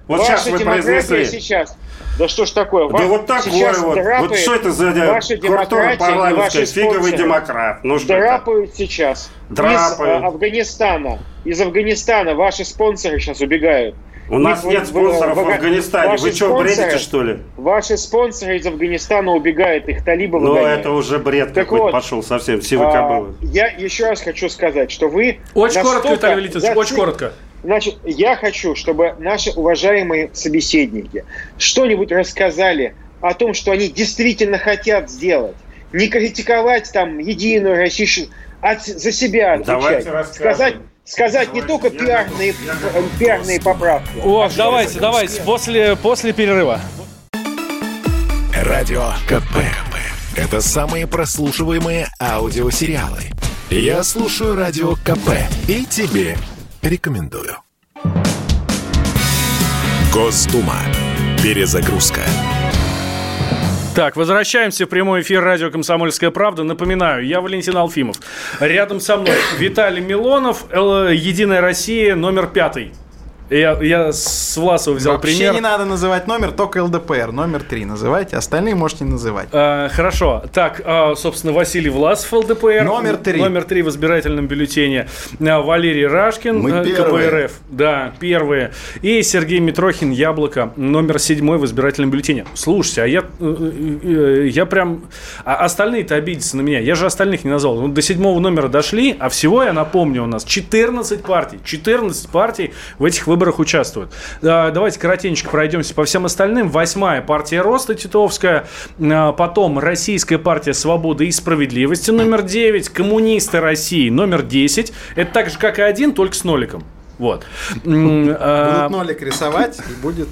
Вот Ваша сейчас вы демократия произнесли. сейчас. Да что ж такое? Да вот такое вот. Вот что это за культура парламентская? Фиговый демократ. Ну что драпают это? Сейчас. Драпают. Из а, Афганистана. Из Афганистана ваши спонсоры сейчас убегают. У нас Их, нет спонсоров в, в Афганистане. Вы что, бредите, что ли? Ваши спонсоры из Афганистана убегают, их талибы выгоняют. Ну, это уже бред так какой-то вот, пошел совсем, сивый кобылы. А, я еще раз хочу сказать, что вы... Очень коротко, Виталий Валентинович, очень коротко. Значит, я хочу, чтобы наши уважаемые собеседники что-нибудь рассказали о том, что они действительно хотят сделать. Не критиковать там Единую Россию, а за себя отвечать. Сказать... Сказать не только пиарные, пиарные поправки. О, а давайте, давайте, после, после перерыва. Радио КП. Это самые прослушиваемые аудиосериалы. Я слушаю Радио КП и тебе рекомендую. Госдума. Перезагрузка. Так, возвращаемся в прямой эфир радио «Комсомольская правда». Напоминаю, я Валентин Алфимов. Рядом со мной Виталий Милонов, «Единая Россия», номер пятый. Я, я с Власова взял Вообще пример. Вообще не надо называть номер, только ЛДПР. Номер три называйте, остальные можете не называть. А, хорошо. Так, а, собственно, Василий Власов, ЛДПР. Номер три. Номер три в избирательном бюллетене. А, Валерий Рашкин, Мы КПРФ. Да, первые. И Сергей Митрохин, Яблоко, номер седьмой в избирательном бюллетене. Слушайте, а я, я прям... А остальные-то обидятся на меня. Я же остальных не назвал. Ну, до седьмого номера дошли, а всего, я напомню, у нас четырнадцать партий. четырнадцать партий в этих выборах выборах участвуют. Давайте коротенько пройдемся по всем остальным. Восьмая партия Роста Титовская, потом Российская партия Свободы и Справедливости номер девять, Коммунисты России номер десять. Это так же, как и один, только с ноликом. Вот. Будут нолик рисовать, и будет...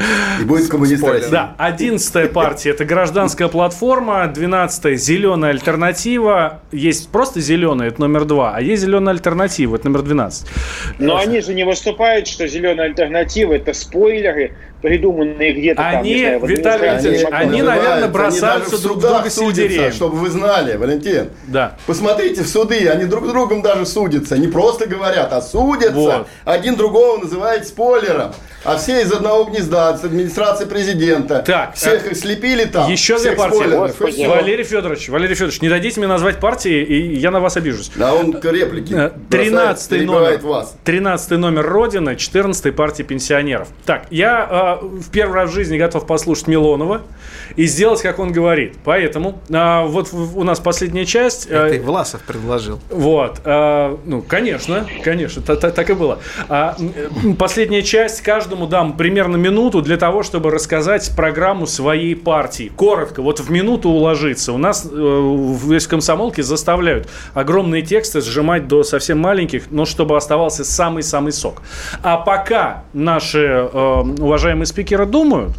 И будет коммунисты. Да, одиннадцатая партия – это Гражданская платформа, двенадцатая – Зеленая альтернатива. Есть просто зеленая, это номер два, а есть Зеленая альтернатива, это номер двенадцать. Но они же не выступают, что Зеленая альтернатива – это спойлеры, придуманные где-то там. Они, Виталий Валентинович, они, они, наверное, бросаются они друг друга сельдереем. Чтобы вы знали, Валентин. Да. Посмотрите в суды, они друг с другом даже судятся. Не просто говорят, а судятся. Вот. Один другого называет спойлером. А все из одного гнезда, с администрации президента. Так, всех их слепили там. Еще две партии. Валерий Федорович, Валерий Федорович, не дадите мне назвать партии, и я на вас обижусь. Да он к реплике. Тринадцатый номер. Вас. Тринадцатый номер Родина, четырнадцатая партия пенсионеров. Так, я э, в первый раз в жизни готов послушать Милонова и сделать, как он говорит. Поэтому э, вот у нас последняя часть. Э, Это и Власов предложил. Вот. Э, ну, конечно, конечно, та, та, так и было. А, последняя часть, каждый дам примерно минуту для того, чтобы рассказать программу своей партии. Коротко, вот в минуту уложиться. У нас э, в комсомолке заставляют огромные тексты сжимать до совсем маленьких, но чтобы оставался самый-самый сок. А пока наши э, уважаемые спикеры думают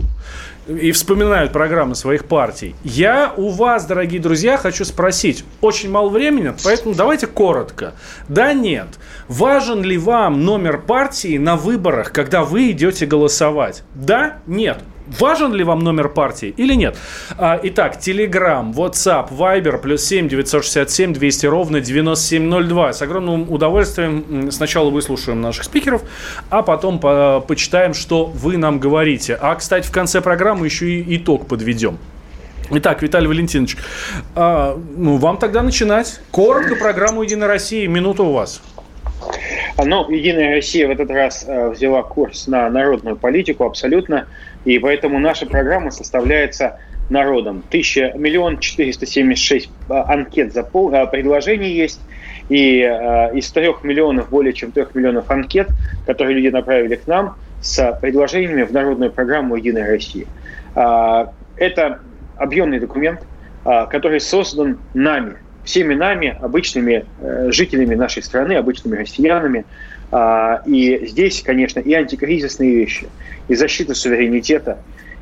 и вспоминают программы своих партий, я у вас, дорогие друзья, хочу спросить. Очень мало времени, поэтому давайте коротко. Да, нет. Важен ли вам номер партии на выборах, когда вы идете голосовать? Да, нет. Важен ли вам номер партии или нет? А, итак, Telegram, WhatsApp, Viber, плюс семь девятьсот шестьдесят семь двести ровно девяносто семь ноль два. С огромным удовольствием сначала выслушаем наших спикеров, а потом по- почитаем, что вы нам говорите. А, кстати, в конце программы еще и итог подведем. Итак, Виталий Валентинович, а, ну, вам тогда начинать. Коротко программу «Единая Россия». Минута у вас. Ну, «Единая Россия» в этот раз э, взяла курс на народную политику абсолютно, и поэтому наша программа составляется народом. Тысяча, миллион четыреста семьдесят шесть э, анкет запол... э, предложений есть, и э, из трех миллионов, более чем трех миллионов анкет, которые люди направили к нам, с предложениями в народную программу «Единая Россия». Э, это объемный документ, э, который создан нами, всеми нами, обычными э, жителями нашей страны, обычными россиянами. А, и здесь, конечно, и антикризисные вещи, и защита суверенитета,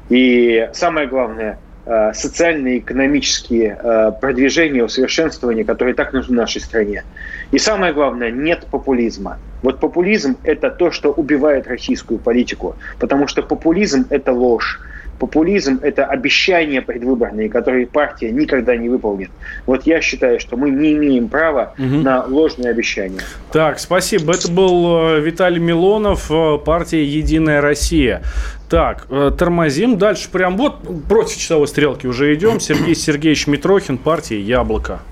и самое главное, э, социальные, экономические э, продвижения, усовершенствования, которые так нужны нашей стране. И самое главное, нет популизма. Вот популизм – это то, что убивает российскую политику, потому что популизм – это ложь. Популизм – это обещания предвыборные, которые партия никогда не выполнит. Вот я считаю, что мы не имеем права угу. на ложные обещания. Так, спасибо. Это был Виталий Милонов, партия «Единая Россия». Так, тормозим. Дальше прям вот против часовой стрелки уже идем. Сергей Сергеевич Митрохин, партия «Яблоко».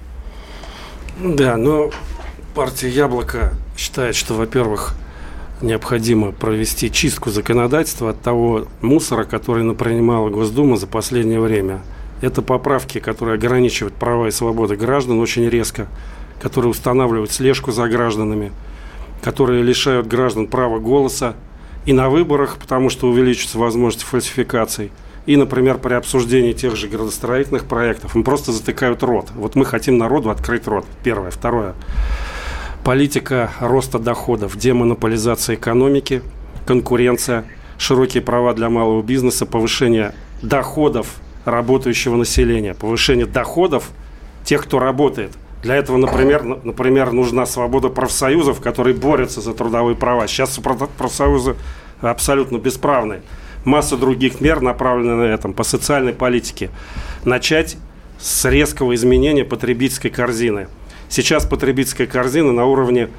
Да, но партия «Яблоко» считает, что, во-первых, необходимо провести чистку законодательства от того мусора, который напринимала Госдума за последнее время. Это поправки, которые ограничивают права и свободы граждан очень резко, которые устанавливают слежку за гражданами, которые лишают граждан права голоса и на выборах, потому что увеличиваются возможности фальсификаций. И, например, при обсуждении тех же градостроительных проектов им просто затыкают рот. Вот мы хотим народу открыть рот. Первое. Второе. Политика роста доходов, демонополизация экономики, конкуренция, широкие права для малого бизнеса, повышение доходов работающего населения, повышение доходов тех, кто работает. Для этого, например, например, нужна свобода профсоюзов, которые борются за трудовые права. Сейчас профсоюзы абсолютно бесправны. Масса других мер направлены на этом, по социальной политике. Начать с резкого изменения потребительской корзины. Сейчас потребительская корзина на уровне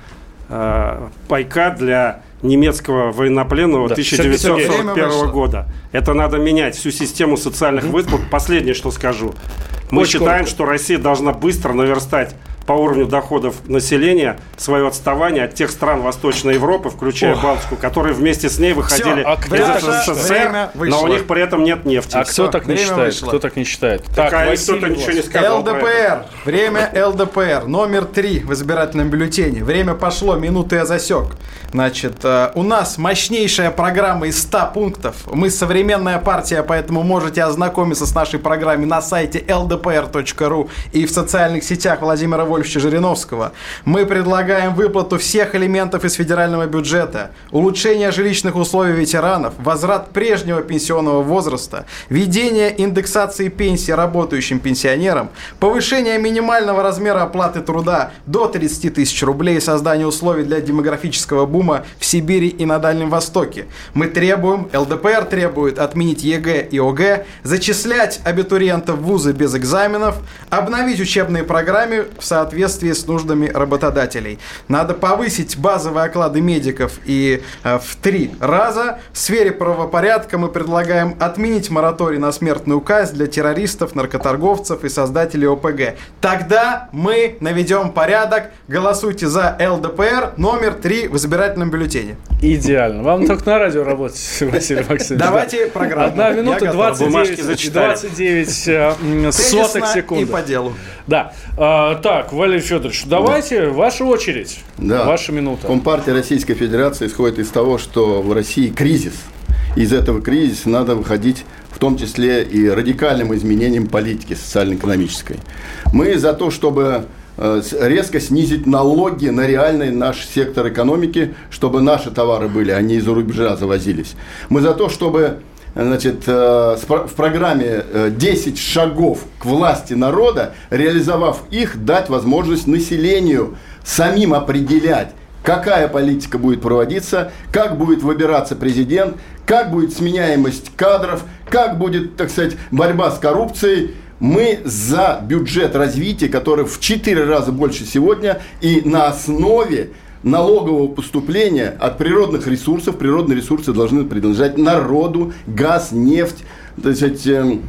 э, пайка для немецкого военнопленного да. тысяча девятьсот сорок первого года. Это надо менять, всю систему социальных выплат. Последнее, что скажу. Мы Очень считаем, коротко. что Россия должна быстро наверстать по уровню доходов населения свое отставание от тех стран Восточной Европы, включая Ох. Балтику, которые вместе с ней выходили Все, из СССР, но у них при этом нет нефти. А кто так не считает? Кто так не считает? Так, так кто-то ничего не сказал. ЛДПР. Время ЛДПР. Номер три в избирательном бюллетене. Время пошло, минуты я засек. Значит, у нас мощнейшая программа из ста пунктов. Мы современная партия, поэтому можете ознакомиться с нашей программой на сайте эл дэ пэ эр точка ру и в социальных сетях Владимира Вольфовича Жириновского. Мы предлагаем выплату всех элементов из федерального бюджета, улучшение жилищных условий ветеранов, возврат прежнего пенсионного возраста, введение индексации пенсий работающим пенсионерам, повышение минимального размера оплаты труда до тридцать тысяч рублей, создание условий для демографического бума в Сибири и на Дальнем Востоке. Мы требуем, эл дэ пэ эр требует отменить е гэ и о гэ, зачислять абитуриентов в вузы без экзаменов, обновить учебные программы в соответствии с нуждами работодателей. Надо повысить базовые оклады медиков и э, в три раза. В сфере правопорядка мы предлагаем отменить мораторий на смертную казнь для террористов, наркоторговцев и создателей о пэ гэ. Тогда мы наведем порядок. Голосуйте за эл дэ пэ эр номер три в избирательном бюллетене. Идеально. Вам только на радио работать, Василий Максимович. Давайте программу. Одна минута двадцать девять сотых секунды. И по делу. Да. А, так, Валерий Федорович, давайте, да. ваша очередь, да. ваша минута. Компартия Российской Федерации исходит из того, что в России кризис. Из этого кризиса надо выходить в том числе и радикальным изменением политики социально-экономической. Мы за то, чтобы резко снизить налоги на реальный наш сектор экономики, чтобы наши товары были, а не из-за рубежа завозились. Мы за то, чтобы, значит, в программе десять шагов к власти народа, реализовав их, дать возможность населению самим определять, какая политика будет проводиться, как будет выбираться президент, как будет сменяемость кадров, как будет, так сказать, борьба с коррупцией. Мы за бюджет развития, который в четыре раза больше сегодня, и на основе налогового поступления от природных ресурсов. Природные ресурсы должны принадлежать народу: газ, нефть, так сказать,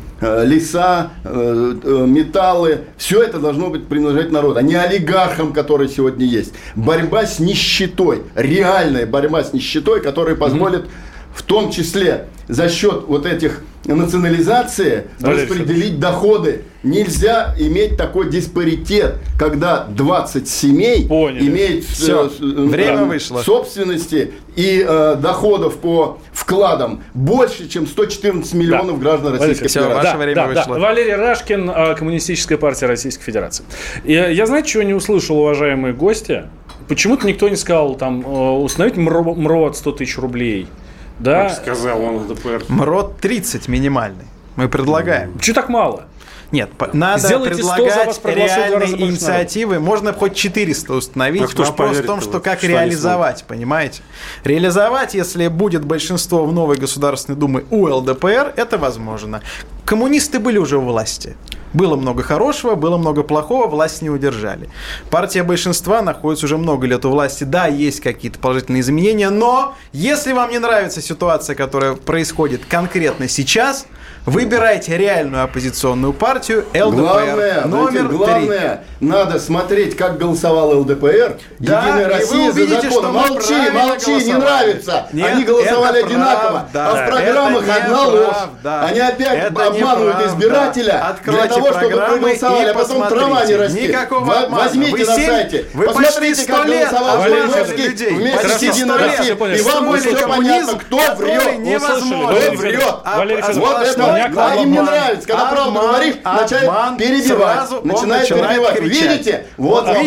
леса, металлы. Все это должно быть принадлежать народу, а не олигархам, которые сегодня есть. Борьба с нищетой, реальная борьба с нищетой, которая позволит в том числе за счет вот этих национализации распределить доходы. Нельзя иметь такой диспаритет, когда двадцать семей Поняли. имеют Все. Время там, вышло. собственности и э, доходов по вкладам больше, чем сто четырнадцать миллионов да. граждан Российской Все, Федерации. Ваше время да, вышло. Да. Валерий Рашкин, Коммунистическая партия Российской Федерации. Я, я знаете, чего не услышал, уважаемые гости? Почему-то никто не сказал, там, установить МРОД сто тысяч рублей. Да. Как сказал он, ЛДПР. МРОД тридцать минимальный. Мы предлагаем. Чего так мало? Нет, надо Сделайте предлагать реальные инициативы. Можно хоть четыреста установить. А вопрос в том, что как что реализовать, понимаете? Реализовать, если будет большинство в новой Государственной Думе у эл дэ пэ эр, это возможно. Коммунисты были уже у власти. Было много хорошего, было много плохого, власть не удержали. Партия большинства находится уже много лет у власти. Да, есть какие-то положительные изменения, но если вам не нравится ситуация, которая происходит конкретно сейчас, выбирайте реальную оппозиционную партию эл дэ пэ эр. Главное, номер три. Главное, надо смотреть, как голосовал эл дэ пэ эр. Да, Единая Россия за закон. Молчи, молчи, не нравится. Нет, они голосовали одинаково. Да, а в программах одна ложь. Да. Они опять это обманывают избирателя. Откройте для того, чтобы проголосовали, а потом трава не растет. Никакого Возьмите вы на семь, сайте. Вы посмотрите, как голосовал Жириновский вместе с Единой Россией. И вам будет все понятно, кто врет. Невозможно. Кто врет. Валерий Федорович, Вот это, а им не нравится. Когда правду говоришь, начинает перебивать. Начинает перебивать. Видите? Вот вам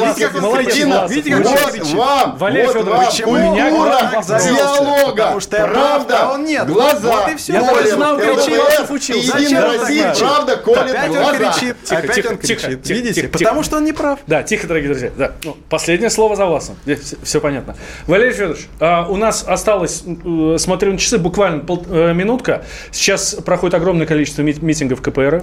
молодец. Видите, как вот вам, Валерий Федорович, культура диалога, правда, глаза. Вот и все. Я колет, знал, ЛДПР учил. и Единая Россия, правда, колет Опять глаза. он кричит. Тихо, Опять тихо, он кричит. тихо, тихо, Видите? тихо, Потому тихо. что он не прав. Да, тихо, дорогие друзья. Да. Ну, последнее слово за Власом. Все, все понятно. Валерий Федорович, а, у нас осталось, э, смотрю на часы, буквально пол, э, минутка. Сейчас проходит огромное количество ми- митингов ка пэ эр эф.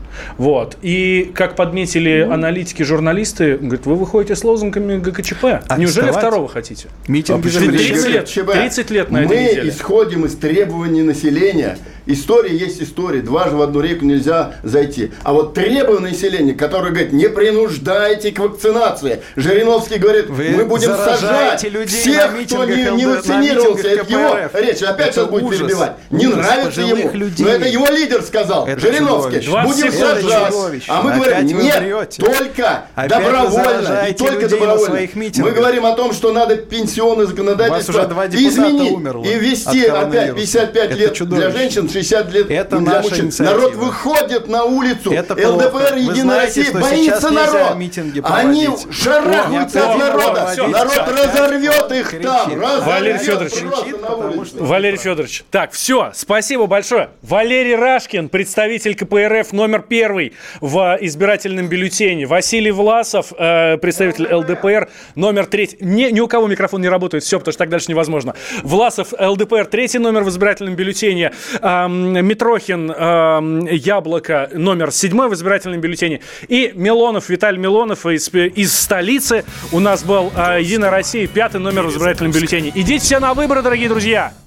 Вот. И, как подметили mm. аналитики, журналисты, говорят, вы выходите с лозунгами гэ ка че пэ. А Неужели вставать? второго хотите? Митинги А тридцать лет, тридцать лет на этой Мы неделе. исходим из требований населения. История есть история. Дважды в одну реку нельзя зайти. А вот требования населения, которые говорят, не принуждайте к вакцинации. Жириновский говорит, Вы мы будем сажать всех, кто не, не вакцинировался. Это его речь. Опять сейчас будет перебивать. Не нравится ему. Людей. Но это его лидер сказал. Это Жириновский. Будем сажать. А мы говорим, нет, только Опять добровольно. И только добровольно. Мы говорим о том, что надо пенсионное законодательство изменить и ввести опять пятьдесят пять лет для женщин, шестьдесят лет это для мужчин. Народ выходит на улицу. Это эл дэ пэ эр, Вы Единая знаете, Россия, что боится народ. Они шарахаются от народа. Все, Народ все. разорвет их Кричит. там. Валерий Разорвет Федорович. просто Кричит, на потому улице. что- Валерий Федорович. Так, все, спасибо большое. Валерий Рашкин, представитель ка пэ эр эф номер первый в избирательном бюллетене. Василий Власов, э, представитель эл дэ пэ эр номер третий. Не, ни у кого микрофон не работает, все, потому что так дальше невозможно. Власов, эл дэ пэ эр, третий номер в избирательном бюллетене. Эм, Митрохин, эм, Яблоко, номер седьмой в избирательном бюллетене. И Милонов, Виталий Милонов из, из столицы. У нас был э, Единая Россия, пятый номер в избирательном бюллетене. Идите все на выборы, дорогие друзья!